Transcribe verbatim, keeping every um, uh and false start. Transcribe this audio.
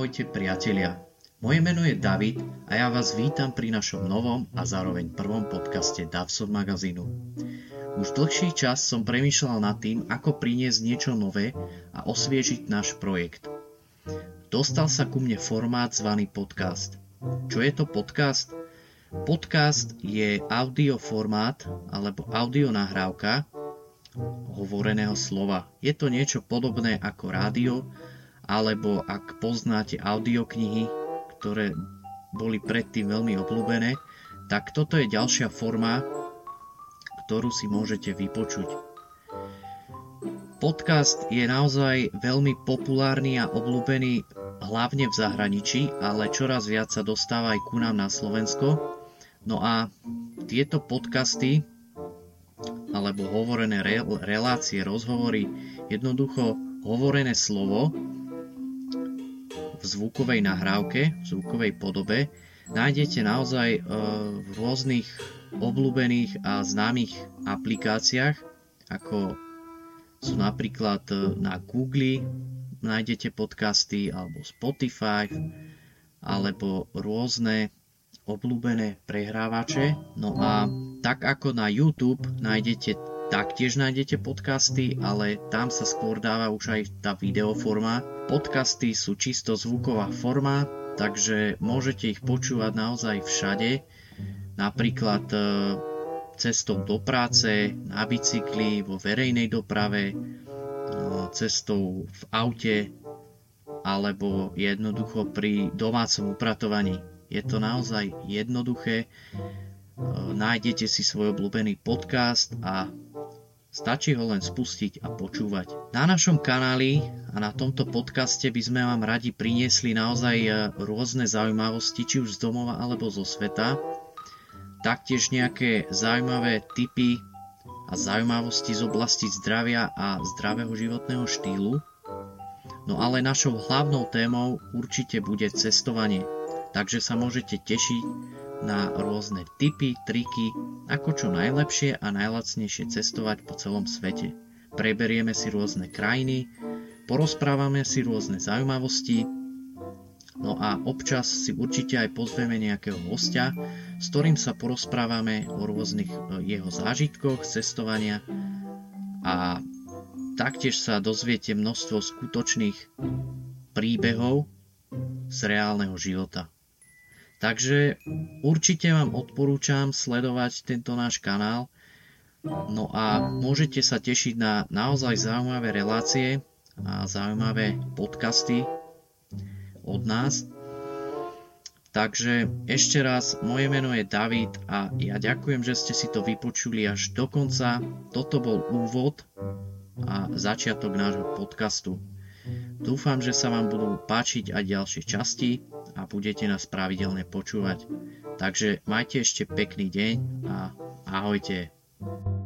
Ahojte priatelia, moje meno je David a ja vás vítam pri našom novom a zároveň prvom podcaste Davsov magazínu. Už dlhší čas som premýšľal nad tým, ako priniesť niečo nové a osviežiť náš projekt. Dostal sa ku mne formát zvaný podcast. Čo je to podcast? Podcast je audioformát alebo audionahrávka hovoreného slova. Je to niečo podobné ako rádio, alebo ak poznáte audioknihy, ktoré boli predtým veľmi obľúbené, tak toto je ďalšia forma, ktorú si môžete vypočuť. Podcast je naozaj veľmi populárny a obľúbený hlavne v zahraničí, ale čoraz viac sa dostáva aj ku nám na Slovensko. No a tieto podcasty alebo hovorené relácie, rozhovory, jednoducho hovorené slovo v zvukovej nahrávke, v zvukovej podobe nájdete naozaj v rôznych obľúbených a známych aplikáciách, ako sú napríklad na Google, nájdete podcasty, alebo Spotify, alebo rôzne obľúbené prehrávače. No a tak ako na YouTube nájdete, taktiež nájdete podcasty, ale tam sa skôr dáva už aj tá videoforma. Podcasty sú čisto zvuková forma, takže môžete ich počúvať naozaj všade, napríklad cestou do práce, na bicykli, vo verejnej doprave, cestou v aute alebo jednoducho pri domácom upratovaní. Je to naozaj jednoduché, nájdete si svoj obľúbený podcast a stačí ho len spustiť a počúvať. Na našom kanáli a na tomto podcaste by sme vám radi priniesli naozaj rôzne zaujímavosti, či už z domova alebo zo sveta, taktiež nejaké zaujímavé tipy a zaujímavosti z oblasti zdravia a zdravého životného štýlu. No ale našou hlavnou témou určite bude cestovanie. Takže sa môžete tešiť na rôzne tipy, triky, ako čo najlepšie a najlacnejšie cestovať po celom svete. Preberieme si rôzne krajiny, porozprávame si rôzne zaujímavosti, no a občas si určite aj pozveme nejakého hostia, s ktorým sa porozprávame o rôznych jeho zážitkoch cestovania a taktiež sa dozviete množstvo skutočných príbehov z reálneho života. Takže určite vám odporúčam sledovať tento náš kanál, no a môžete sa tešiť na naozaj zaujímavé relácie a zaujímavé podcasty od nás. Takže ešte raz, moje meno je David a ja ďakujem, že ste si to vypočuli až do konca. Toto bol úvod a začiatok nášho podcastu. Dúfam, že sa vám budú páčiť aj ďalšie časti a budete nás pravidelne počúvať. Takže majte ešte pekný deň a ahojte.